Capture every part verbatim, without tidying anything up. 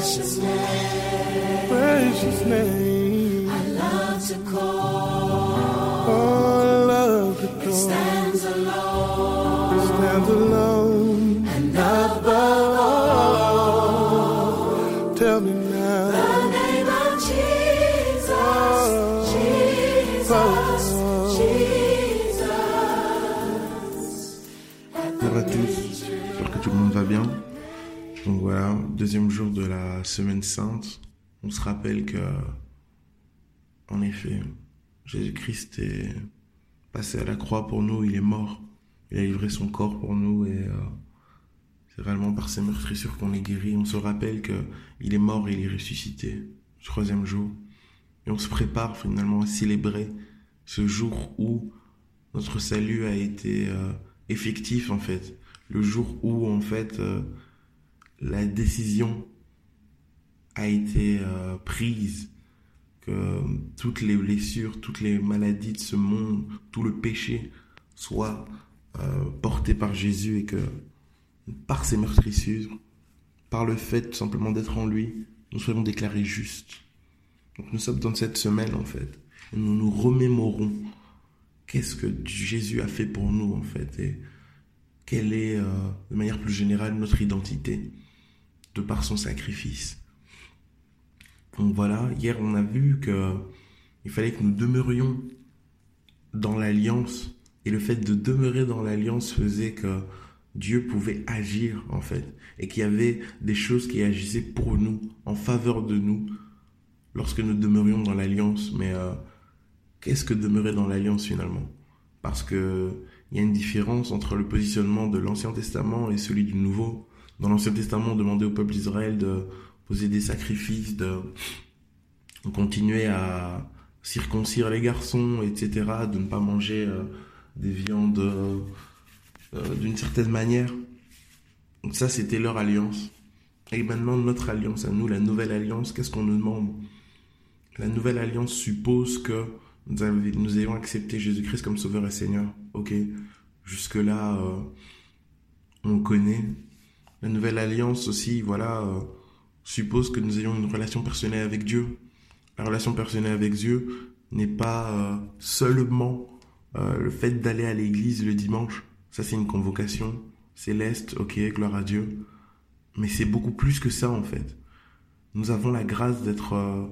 precious name, precious name. I love to call. Oh, I love to It call. stands alone, Stands alone. and above all, Tell me now. the name of Jesus, Oh, Jesus, oh. Jesus. Bonjour à tous, j'espère que tout le monde va bien. Donc voilà, deuxième jour de la semaine sainte. On se rappelle que, en effet, Jésus-Christ est passé à la croix pour nous, il est mort. Il a livré son corps pour nous et euh, c'est réellement par ses meurtrissures qu'on est guéri. On se rappelle qu'il est mort et il est ressuscité, le troisième jour. Et on se prépare finalement à célébrer ce jour où notre salut a été euh, effectif en fait. Le jour où en fait euh, la décision a été euh, prise, que euh, toutes les blessures, toutes les maladies de ce monde, tout le péché soit euh, porté par Jésus et que par ses meurtrissures, par le fait tout simplement d'être en lui, nous soyons déclarés justes. Donc nous sommes dans cette semaine en fait, et nous nous remémorons qu'est-ce que Jésus a fait pour nous en fait, et quelle est, euh, de manière plus générale, notre identité de par son sacrifice. Donc voilà, hier on a vu que il fallait que nous demeurions dans l'alliance, et le fait de demeurer dans l'alliance faisait que Dieu pouvait agir en fait, et qu'il y avait des choses qui agissaient pour nous, en faveur de nous, lorsque nous demeurions dans l'alliance. Mais euh, qu'est-ce que demeurer dans l'alliance finalement ? Parce que il y a une différence entre le positionnement de l'Ancien Testament et celui du Nouveau. Dans l'Ancien Testament, on demandait au peuple d'Israël de poser des sacrifices, de continuer à circoncire les garçons, et cetera, de ne pas manger euh, des viandes euh, euh, d'une certaine manière. Donc ça, c'était leur alliance. Et maintenant, notre alliance à nous, la nouvelle alliance, qu'est-ce qu'on nous demande ? La nouvelle alliance suppose que nous, av- nous ayons accepté Jésus-Christ comme Sauveur et Seigneur. Ok, jusque-là, euh, on connaît. La nouvelle alliance aussi, voilà, euh, suppose que nous ayons une relation personnelle avec Dieu. La relation personnelle avec Dieu n'est pas euh, seulement euh, le fait d'aller à l'église le dimanche. Ça, c'est une convocation céleste, ok, gloire à Dieu. Mais c'est beaucoup plus que ça, en fait. Nous avons la grâce d'être euh,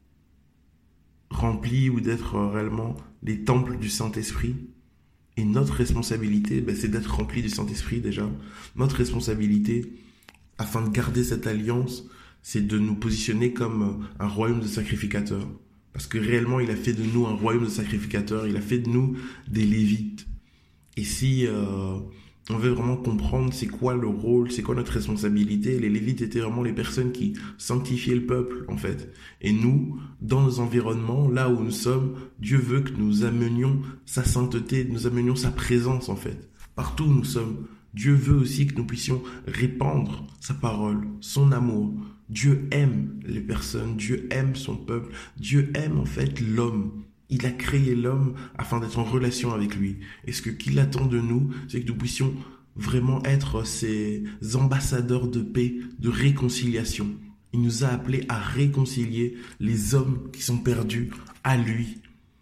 remplis ou d'être euh, réellement les temples du Saint-Esprit. Et notre responsabilité, ben, c'est d'être remplis du Saint-Esprit déjà. Notre responsabilité, afin de garder cette alliance, c'est de nous positionner comme un royaume de sacrificateurs. Parce que réellement, il a fait de nous un royaume de sacrificateurs. Il a fait de nous des Lévites. Et si euh, on veut vraiment comprendre c'est quoi le rôle, c'est quoi notre responsabilité, les Lévites étaient vraiment les personnes qui sanctifiaient le peuple, en fait. Et nous, dans nos environnements, là où nous sommes, Dieu veut que nous amenions sa sainteté, nous amenions sa présence, en fait. Partout où nous sommes, Dieu veut aussi que nous puissions répandre sa parole, son amour. Dieu aime les personnes, Dieu aime son peuple, Dieu aime en fait l'homme. Il a créé l'homme afin d'être en relation avec lui. Et ce qu'il attend de nous, c'est que nous puissions vraiment être ces ambassadeurs de paix, de réconciliation. Il nous a appelés à réconcilier les hommes qui sont perdus à lui.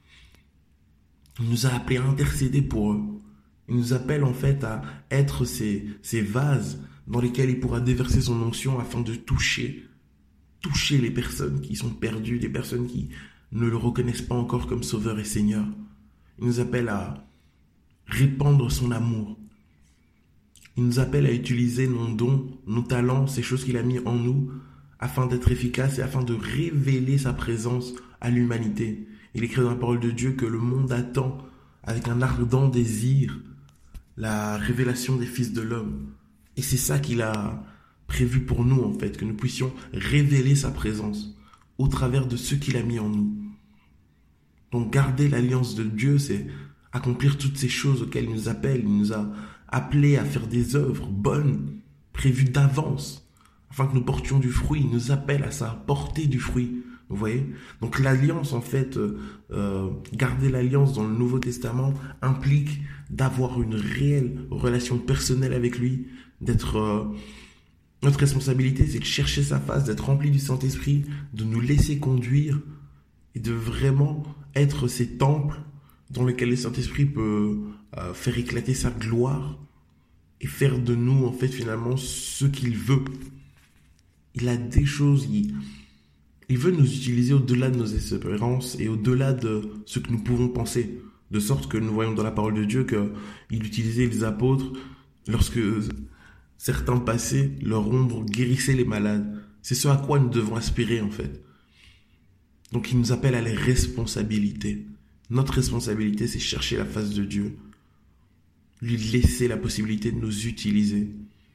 Il nous a appelés à intercéder pour eux. Il nous appelle en fait à être ces, ces vases dans lesquels il pourra déverser son onction afin de toucher, toucher les personnes qui sont perdues, les personnes qui ne le reconnaissent pas encore comme Sauveur et Seigneur. Il nous appelle à répandre son amour. Il nous appelle à utiliser nos dons, nos talents, ces choses qu'il a mis en nous, afin d'être efficaces et afin de révéler sa présence à l'humanité. Il écrit dans la parole de Dieu que le monde attend, avec un ardent désir, la révélation des fils de l'homme. Et c'est ça qu'il a prévu pour nous, en fait, que nous puissions révéler sa présence au travers de ce qu'il a mis en nous. Donc garder l'alliance de Dieu, c'est accomplir toutes ces choses auxquelles il nous appelle. Il nous a appelés à faire des œuvres bonnes, prévues d'avance, afin que nous portions du fruit. Il nous appelle à ça, à porter du fruit. Vous voyez ? Donc l'alliance, en fait, euh, euh, garder l'alliance dans le Nouveau Testament implique d'avoir une réelle relation personnelle avec lui, d'être... Euh, Notre responsabilité, c'est de chercher sa face, d'être rempli du Saint-Esprit, de nous laisser conduire et de vraiment être ces temples dans lesquels le Saint-Esprit peut euh, faire éclater sa gloire et faire de nous, en fait, finalement, ce qu'il veut. Il a des choses, il, il veut nous utiliser au-delà de nos espérances et au-delà de ce que nous pouvons penser. De sorte que nous voyons dans la parole de Dieu qu'il utilisait les apôtres lorsque certains passaient, leur ombre guérissait les malades. C'est ce à quoi nous devons aspirer, en fait. Donc il nous appelle à les responsabilités. Notre responsabilité, c'est chercher la face de Dieu, lui laisser la possibilité de nous utiliser,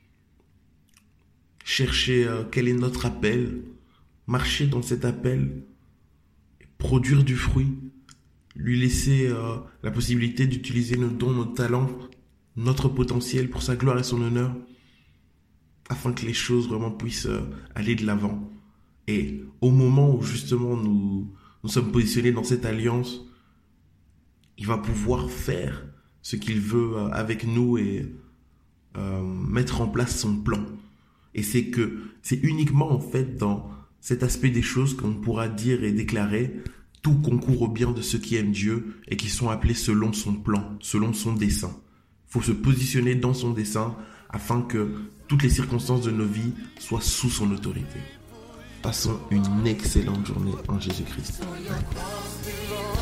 chercher euh, quel est notre appel, marcher dans cet appel, produire du fruit, lui laisser euh, la possibilité d'utiliser nos dons, nos talents, notre potentiel pour sa gloire et son honneur, afin que les choses vraiment puissent euh, aller de l'avant. Et au moment où justement nous, nous sommes positionnés dans cette alliance, il va pouvoir faire ce qu'il veut euh, avec nous et euh, mettre en place son plan. Et c'est que c'est uniquement en fait dans cet aspect des choses qu'on pourra dire et déclarer tout concourt au bien de ceux qui aiment Dieu et qui sont appelés selon son plan, selon son dessein. Il faut se positionner dans son dessein afin que toutes les circonstances de nos vies soient sous son autorité. Passons une excellente journée en Jésus-Christ. For your cross belongs